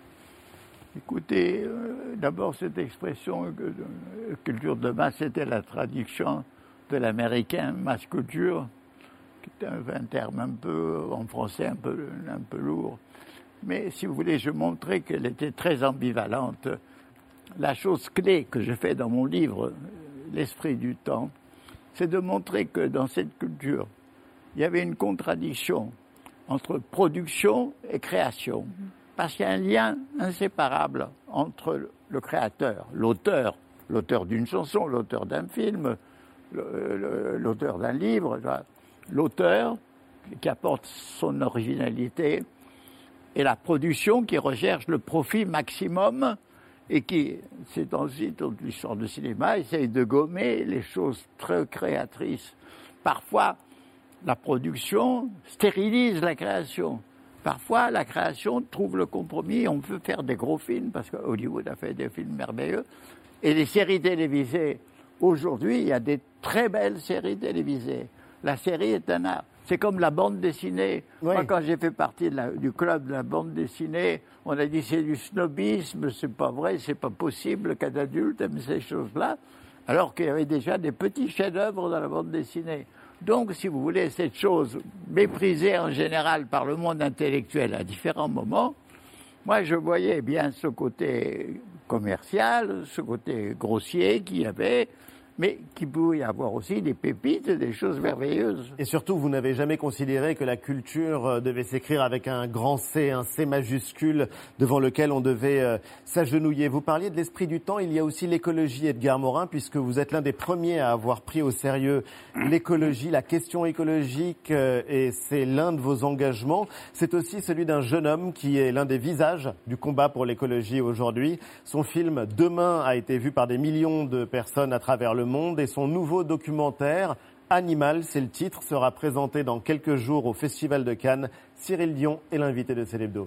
Écoutez, euh, d'abord cette expression euh, culture de masse, c'était la traduction de l'américain mass culture, qui est un, un terme un peu, en français, un peu, un peu lourd. Mais si vous voulez, je montrais qu'elle était très ambivalente. La chose clé que je fais dans mon livre, L'esprit du temps, c'est de montrer que dans cette culture, il y avait une contradiction entre production et création. Parce qu'il y a un lien inséparable entre le créateur, l'auteur, l'auteur d'une chanson, l'auteur d'un film, le, le, l'auteur d'un livre, l'auteur qui apporte son originalité, et la production qui recherche le profit maximum et qui, c'est ensuite toute l'histoire du cinéma, essaye de gommer les choses très créatrices. Parfois, la production stérilise la création. Parfois, la création trouve le compromis. On peut faire des gros films, parce que Hollywood a fait des films merveilleux. Et les séries télévisées, aujourd'hui, il y a des très belles séries télévisées. La série est un art. C'est comme la bande dessinée. Oui. Moi, quand j'ai fait partie de la, du club de la bande dessinée, on a dit c'est du snobisme, c'est pas vrai, c'est pas possible qu'un adulte aime ces choses-là, alors qu'il y avait déjà des petits chefs-d'œuvre dans la bande dessinée. Donc, si vous voulez, cette chose méprisée en général par le monde intellectuel à différents moments, moi, je voyais bien ce côté commercial, ce côté grossier qu'il y avait, mais qu'il pouvait y avoir aussi des pépites, des choses merveilleuses. Et surtout, vous n'avez jamais considéré que la culture devait s'écrire avec un grand C, un C majuscule, devant lequel on devait euh, s'agenouiller. Vous parliez de l'esprit du temps, il y a aussi l'écologie, Edgar Morin, puisque vous êtes l'un des premiers à avoir pris au sérieux l'écologie, la question écologique, euh, et c'est l'un de vos engagements. C'est aussi celui d'un jeune homme qui est l'un des visages du combat pour l'écologie aujourd'hui. Son film « Demain » a été vu par des millions de personnes à travers le monde et son nouveau documentaire « Animal », c'est le titre, sera présenté dans quelques jours au Festival de Cannes. Cyril Dion est l'invité de Célébdo.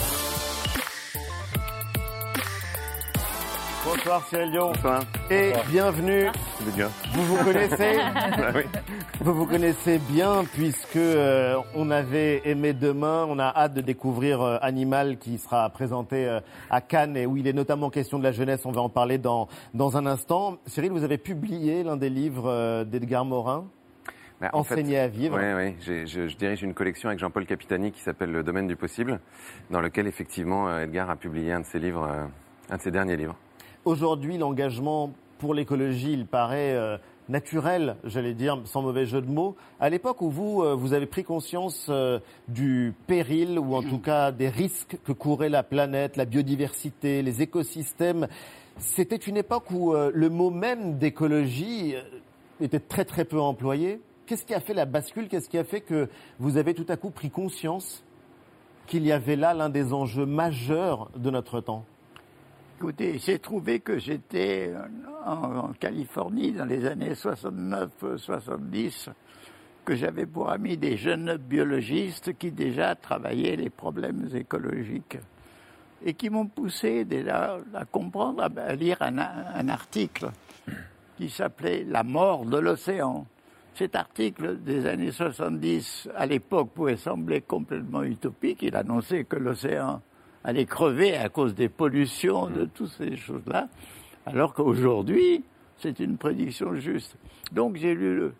Bonsoir Cyril Dion. Bonsoir. Et Bonsoir. Bienvenue. Bien. Vous vous connaissez Ah oui. Vous vous connaissez bien puisque euh, on avait aimé Demain, on a hâte de découvrir euh, Animal qui sera présenté euh, à Cannes et où il est notamment question de la jeunesse, on va en parler dans, dans un instant. Cyril, vous avez publié l'un des livres euh, d'Edgar Morin, Bah, en Enseigner fait, à vivre. Oui, oui. J'ai, je, je dirige une collection avec Jean-Paul Capitani qui s'appelle Le Domaine du possible, dans lequel effectivement Edgar a publié un de ses livres, euh, un de ses derniers livres. Aujourd'hui, l'engagement pour l'écologie, il paraît euh, naturel, j'allais dire, sans mauvais jeu de mots. À l'époque où vous, euh, vous avez pris conscience euh, du péril, ou en tout cas des risques que courait la planète, la biodiversité, les écosystèmes, c'était une époque où euh, le mot même d'écologie euh, était très très peu employé. Qu'est-ce qui a fait la bascule? Qu'est-ce qui a fait que vous avez tout à coup pris conscience qu'il y avait là l'un des enjeux majeurs de notre temps? Écoutez, j'ai trouvé que j'étais en, en Californie dans les années soixante-neuf soixante-dix, que j'avais pour amis des jeunes biologistes qui déjà travaillaient les problèmes écologiques et qui m'ont poussé déjà à comprendre, à lire un, un article qui s'appelait « La mort de l'océan ». Cet article des années soixante-dix, à l'époque, pouvait sembler complètement utopique. Il annonçait que l'océan allait crever à cause des pollutions, de toutes ces choses-là, alors qu'aujourd'hui, c'est une prédiction juste. Donc j'ai lu le...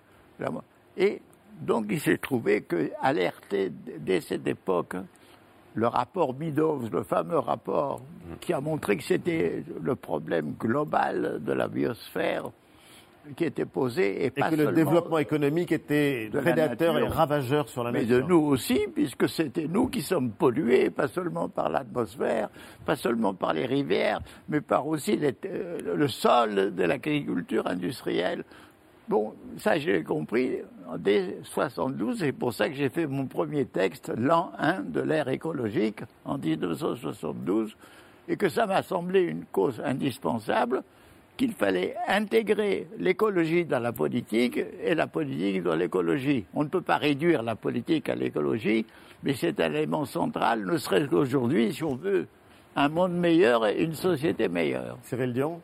Et donc il s'est trouvé qu'alerté dès cette époque, le rapport Meadows, le fameux rapport qui a montré que c'était le problème global de la biosphère qui était posé, et, et pas que le seulement développement économique était prédateur et ravageur sur la mais nature. de nous aussi, puisque c'était nous qui sommes pollués, pas seulement par l'atmosphère, pas seulement par les rivières, mais par aussi les, euh, le sol de l'agriculture industrielle. Bon, ça j'ai compris dès soixante-douze, c'est pour ça que j'ai fait mon premier texte, l'an un de l'ère écologique, en dix-neuf cent soixante-douze, et que ça m'a semblé une cause indispensable, qu'il fallait intégrer l'écologie dans la politique et la politique dans l'écologie. On ne peut pas réduire la politique à l'écologie, mais c'est un élément central, ne serait-ce qu'aujourd'hui, si on veut un monde meilleur et une société meilleure. Cyril Dion?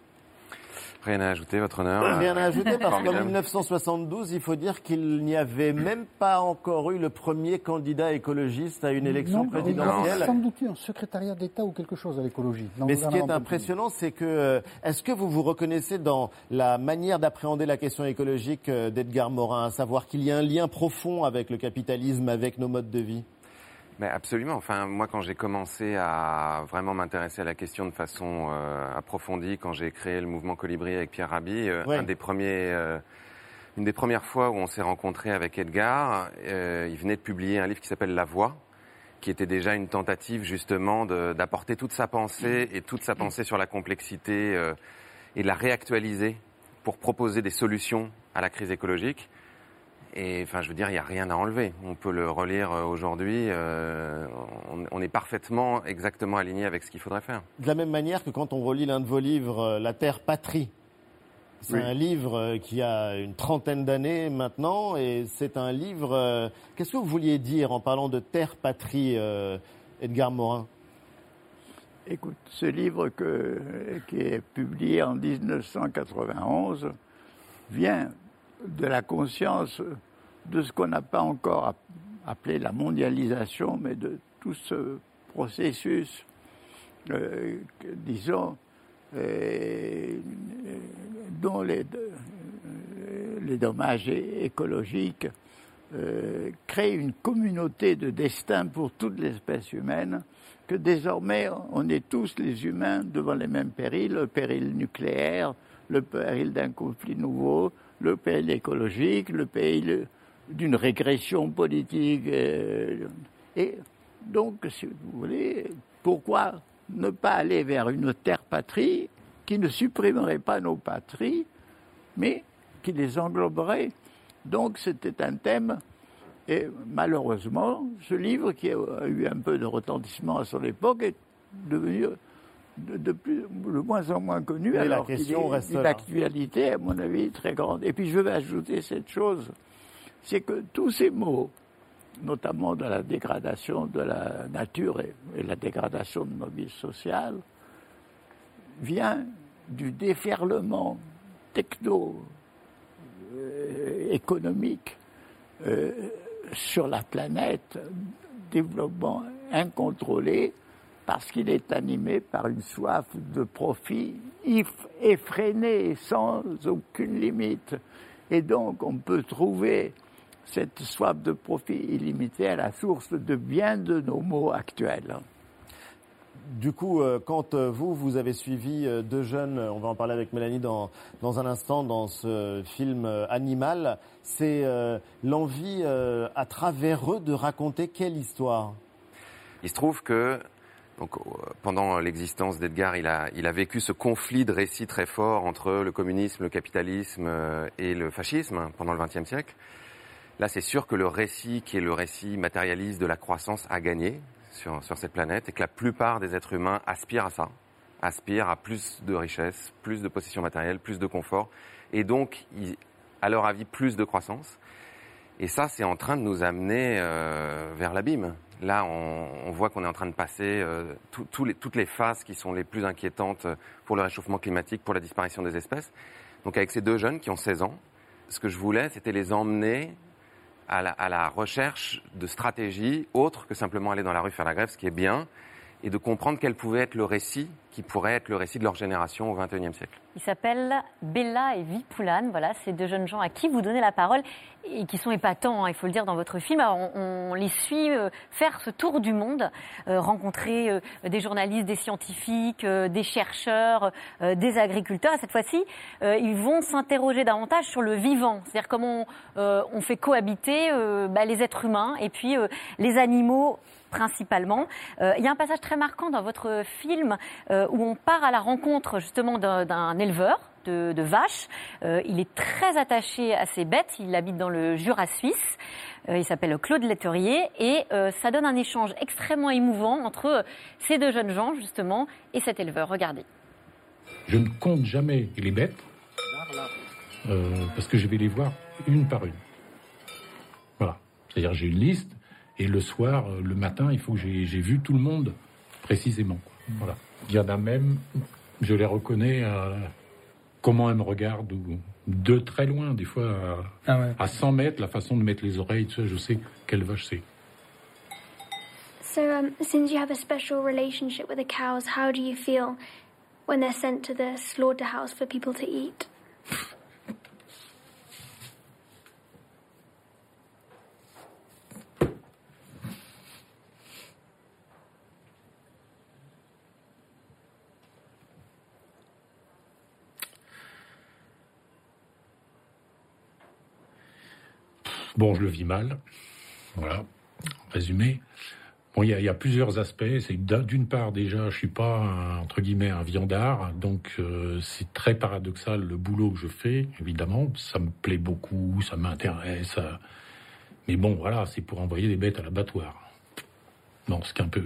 Rien à ajouter, votre honneur. Rien à ajouter parce qu'en Formidable. mille neuf cent soixante-douze, il faut dire qu'il n'y avait même pas encore eu le premier candidat écologiste à une élection non, présidentielle. Il y a sans doute eu un secrétariat d'État ou quelque chose à l'écologie. Mais ce qui est impressionnant, c'est que, est-ce que vous vous reconnaissez dans la manière d'appréhender la question écologique d'Edgar Morin, à savoir qu'il y a un lien profond avec le capitalisme, avec nos modes de vie? Mais absolument. Enfin, moi, quand j'ai commencé à vraiment m'intéresser à la question de façon euh, approfondie, quand j'ai créé le mouvement Colibri avec Pierre Rabhi, euh, ouais. un des premiers, euh, une des premières fois où on s'est rencontrés avec Edgar, euh, il venait de publier un livre qui s'appelle La Voix, qui était déjà une tentative justement de, d'apporter toute sa pensée et toute sa pensée sur la complexité euh, et de la réactualiser pour proposer des solutions à la crise écologique. Et enfin, je veux dire, il n'y a rien à enlever. On peut le relire aujourd'hui. Euh, on, on est parfaitement, exactement aligné avec ce qu'il faudrait faire. De la même manière que quand on relit l'un de vos livres, La Terre Patrie, c'est oui. un livre qui a une trentaine d'années maintenant, et c'est un livre... Euh, qu'est-ce que vous vouliez dire en parlant de Terre Patrie, euh, Edgar Morin? Écoute, ce livre que, qui est publié en dix-neuf cent quatre-vingt-onze vient de la conscience de ce qu'on n'a pas encore appelé la mondialisation, mais de tout ce processus, euh, que, disons, euh, dont les, euh, les dommages écologiques euh, créent une communauté de destin pour toute l'espèce humaine, que désormais on est tous les humains devant les mêmes périls, le péril nucléaire, le péril d'un conflit nouveau, le péril écologique, le péril d'une régression politique. Euh, et donc, si vous voulez, pourquoi ne pas aller vers une terre-patrie qui ne supprimerait pas nos patries, mais qui les engloberait? Donc, c'était un thème. Et malheureusement, ce livre, qui a eu un peu de retentissement à son époque, est devenu de, de, plus, de moins en moins connu. Mais alors la question qu'il est reste d'une là. actualité, à mon avis, très grande. Et puis je vais ajouter cette chose, c'est que tous ces mots, notamment de la dégradation de la nature et, et la dégradation de nos vies sociales, viennent du déferlement techno-économique euh, sur la planète, développement incontrôlé, parce qu'il est animé par une soif de profit effrénée, sans aucune limite. Et donc, on peut trouver cette soif de profit illimitée à la source de bien de nos maux actuels. Du coup, quand vous, vous avez suivi deux jeunes, on va en parler avec Mélanie dans, dans un instant, dans ce film Animal, c'est euh, l'envie euh, à travers eux de raconter quelle histoire? Il se trouve que donc, pendant l'existence d'Edgar, il a, il a vécu ce conflit de récits très fort entre le communisme, le capitalisme et le fascisme pendant le vingtième siècle. Là, c'est sûr que le récit, qui est le récit matérialiste de la croissance, a gagné sur, sur cette planète et que la plupart des êtres humains aspirent à ça, aspirent à plus de richesse, plus de possessions matérielles, plus de confort et donc, ils, à leur avis, plus de croissance. Et ça, c'est en train de nous amener euh, vers l'abîme. Là, on, on voit qu'on est en train de passer euh, tout, tout les, toutes les phases qui sont les plus inquiétantes pour le réchauffement climatique, pour la disparition des espèces. Donc avec ces deux jeunes qui ont seize ans, ce que je voulais, c'était les emmener à la, à la recherche de stratégies autres que simplement aller dans la rue faire la grève, ce qui est bien, et de comprendre quel pouvait être le récit qui pourrait être le récit de leur génération au vingt et unième siècle. Ils s'appellent Bella et Vipoulane, voilà, ces deux jeunes gens à qui vous donnez la parole et qui sont épatants, hein, il faut le dire, dans votre film. Alors, on, on les suit euh, faire ce tour du monde, euh, rencontrer euh, des journalistes, des scientifiques, euh, des chercheurs, euh, des agriculteurs. Et cette fois-ci, euh, ils vont s'interroger davantage sur le vivant, c'est-à-dire comment on, euh, on fait cohabiter euh, bah, les êtres humains et puis euh, les animaux principalement. Euh, il y a un passage très marquant dans votre film euh, où on part à la rencontre justement d'un, d'un éleveur de, de vaches. Euh, il est très attaché à ses bêtes, il habite dans le Jura suisse. Euh, il s'appelle Claude Letterier et euh, ça donne un échange extrêmement émouvant entre ces deux jeunes gens justement et cet éleveur. Regardez. Je ne compte jamais les bêtes euh, parce que je vais les voir une par une. Voilà. C'est-à-dire j'ai une liste. Et le soir, le matin, il faut que j'ai, j'ai vu tout le monde précisément. Voilà. Il y en a même, je les reconnais à comment elles me regardent, ou de très loin, des fois à, ah ouais. à cent mètres, la façon de mettre les oreilles, tout ça, je sais quelle vache c'est. So, um, since you have a special relationship with the cows, how do you feel when they're sent to the slaughterhouse for people to eat? Bon, je le vis mal, voilà, en résumé. Bon, il y, y a plusieurs aspects. C'est d'une part, déjà, je suis pas, un, entre guillemets, un viandard, donc euh, c'est très paradoxal le boulot que je fais, évidemment. Ça me plaît beaucoup, ça m'intéresse. Euh, mais bon, voilà, c'est pour envoyer des bêtes à l'abattoir. Non, c'est qu'un peu...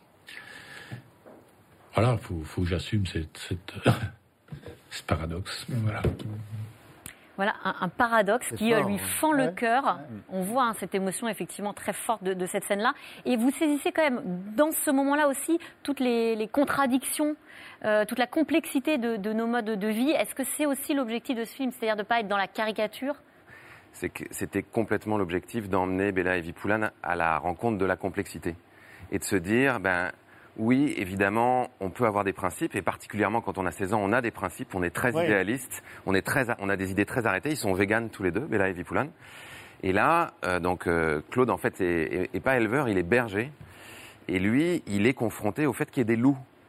Voilà, faut, faut que j'assume cette, cette, ce paradoxe, voilà. Voilà, un, un paradoxe c'est qui fort, lui ouais. fend le Ouais. cœur. Ouais. On voit hein, cette émotion effectivement très forte de, de cette scène-là. Et vous saisissez quand même, dans ce moment-là aussi, toutes les, les contradictions, euh, toute la complexité de, de nos modes de vie. Est-ce que c'est aussi l'objectif de ce film, c'est-à-dire de ne pas être dans la caricature ? C'est que c'était complètement l'objectif d'emmener Bella et Vipoulane à la rencontre de la complexité. Et de se dire, ben... oui, évidemment, on peut avoir des principes, et particulièrement quand on a seize ans, on a des principes, on est très oui. idéaliste, on, est très, on a des idées très arrêtées. Ils sont véganes tous les deux, Bella et Vipoulane. Et là, euh, donc euh, Claude, en fait, est, est, est pas éleveur, il est berger. Et lui, il est confronté au fait qu'il y ait des loups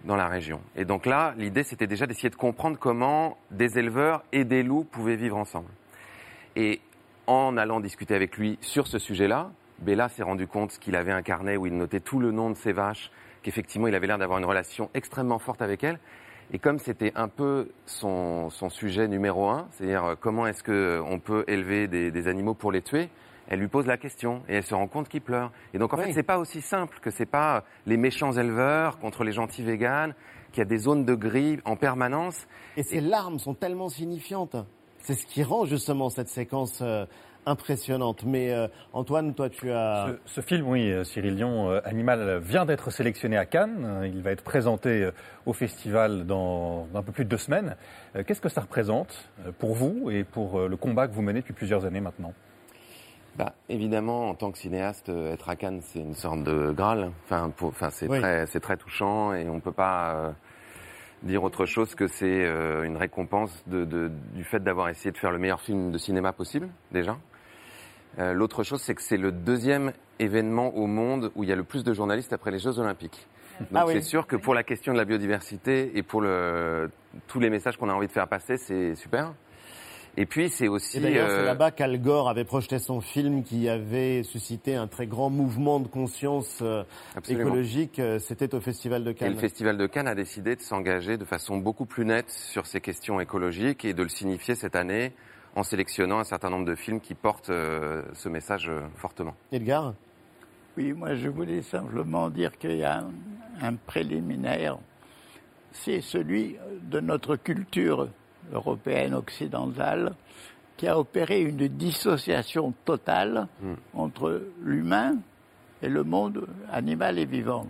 dans la région. Et donc là, l'idée, c'était déjà d'essayer de comprendre comment des éleveurs et des loups pouvaient vivre ensemble. Et en allant discuter avec lui sur ce sujet-là, Bella s'est rendu compte qu'il avait un carnet où il notait tout le nom de ses vaches, qu'effectivement, il avait l'air d'avoir une relation extrêmement forte avec elles. Et comme c'était un peu son, son sujet numéro un, c'est-à-dire comment est-ce qu'on peut élever des, des animaux pour les tuer, elle lui pose la question et elle se rend compte qu'il pleure. Et donc en oui. fait, c'est pas aussi simple que c'est pas les méchants éleveurs contre les gentils véganes, qu'il y a des zones de gris en permanence. Et ces et... larmes sont tellement signifiantes. C'est ce qui rend justement cette séquence euh, impressionnante. Mais euh, Antoine, toi, tu as... Ce, ce film, oui, Cyril Dion, euh, Animal, vient d'être sélectionné à Cannes. Il va être présenté euh, au festival dans un peu plus de deux semaines. Euh, qu'est-ce que ça représente euh, pour vous et pour euh, le combat que vous menez depuis plusieurs années maintenant ? Bah, évidemment, en tant que cinéaste, être à Cannes, c'est une sorte de Graal. Enfin, pour, enfin, c'est oui. très, c'est très touchant et on peut pas euh, dire autre chose que c'est euh, une récompense de, de, du fait d'avoir essayé de faire le meilleur film de cinéma possible, déjà. Euh, l'autre chose, c'est que c'est le deuxième événement au monde où il y a le plus de journalistes après les Jeux Olympiques. Donc ah oui. c'est sûr que pour la question de la biodiversité et pour le, tous les messages qu'on a envie de faire passer, c'est super. Et puis c'est aussi... Et d'ailleurs, euh... c'est là-bas qu'Al Gore avait projeté son film qui avait suscité un très grand mouvement de conscience euh, écologique. C'était au Festival de Cannes. Et le Festival de Cannes a décidé de s'engager de façon beaucoup plus nette sur ces questions écologiques et de le signifier cette année en sélectionnant un certain nombre de films qui portent euh, ce message euh, fortement. Edgar ? Oui, moi je voulais simplement dire qu'il y a un, un préliminaire. C'est celui de notre culture européenne occidentale qui a opéré une dissociation totale mmh. entre l'humain et le monde animal et vivant.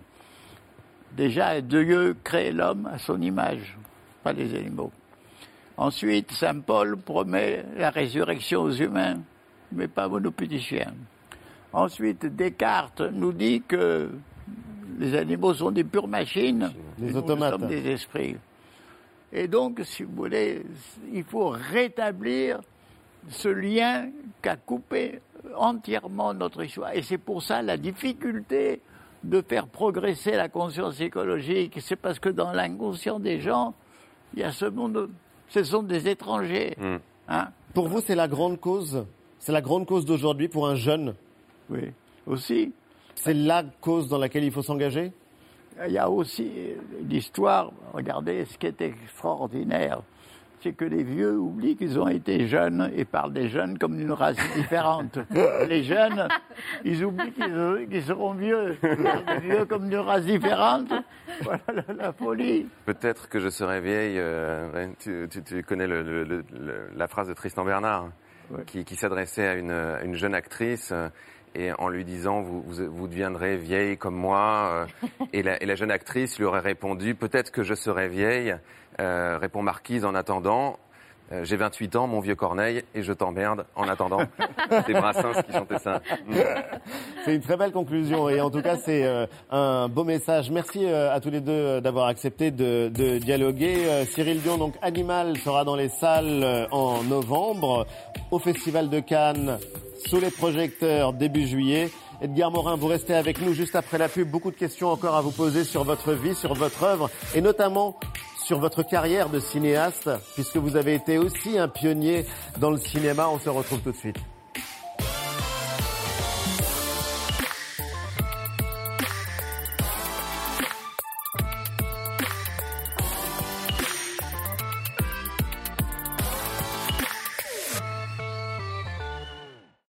Déjà, Dieu crée l'homme à son image, pas les animaux. Ensuite, saint Paul promet la résurrection aux humains, mais pas aux petits chiens. Ensuite, Descartes nous dit que les animaux sont des pures machines, des nous, automates. Nous sommes des esprits. Et donc, si vous voulez, il faut rétablir ce lien qu'a coupé entièrement notre histoire. Et c'est pour ça la difficulté de faire progresser la conscience écologique. C'est parce que dans l'inconscient des gens, il y a ce monde, ce sont des étrangers. Mmh. Hein? Pour vous, c'est la grande cause, c'est la grande cause d'aujourd'hui pour un jeune. Oui, aussi. C'est la cause dans laquelle il faut s'engager ? Il y a aussi l'histoire, regardez, ce qui est extraordinaire, c'est que les vieux oublient qu'ils ont été jeunes et parlent des jeunes comme d'une race différente. Les jeunes, ils oublient qu'ils, qu'ils seront vieux, les vieux comme d'une race différente. Voilà la, la folie. Peut-être que je serai vieille, euh, tu, tu, tu connais le, le, le, la phrase de Tristan Bernard, ouais. qui, qui s'adressait à une, à une jeune actrice, et en lui disant vous, vous, vous deviendrez vieille comme moi, euh, et, la, et la jeune actrice lui aurait répondu peut-être que je serai vieille, euh, répond Marquise en attendant, euh, j'ai vingt-huit ans mon vieux Corneille et je t'emmerde en attendant. C'est Brassens qui chantait ça. C'est une très belle conclusion et en tout cas c'est euh, un beau message. Merci euh, à tous les deux d'avoir accepté de, de dialoguer. Euh, Cyril Dion, donc Animal, sera dans les salles euh, en novembre, au Festival de Cannes sous les projecteurs début juillet. Edgar Morin, vous restez avec nous juste après la pub. Beaucoup de questions encore à vous poser sur votre vie, sur votre œuvre et notamment sur votre carrière de cinéaste puisque vous avez été aussi un pionnier dans le cinéma. On se retrouve tout de suite.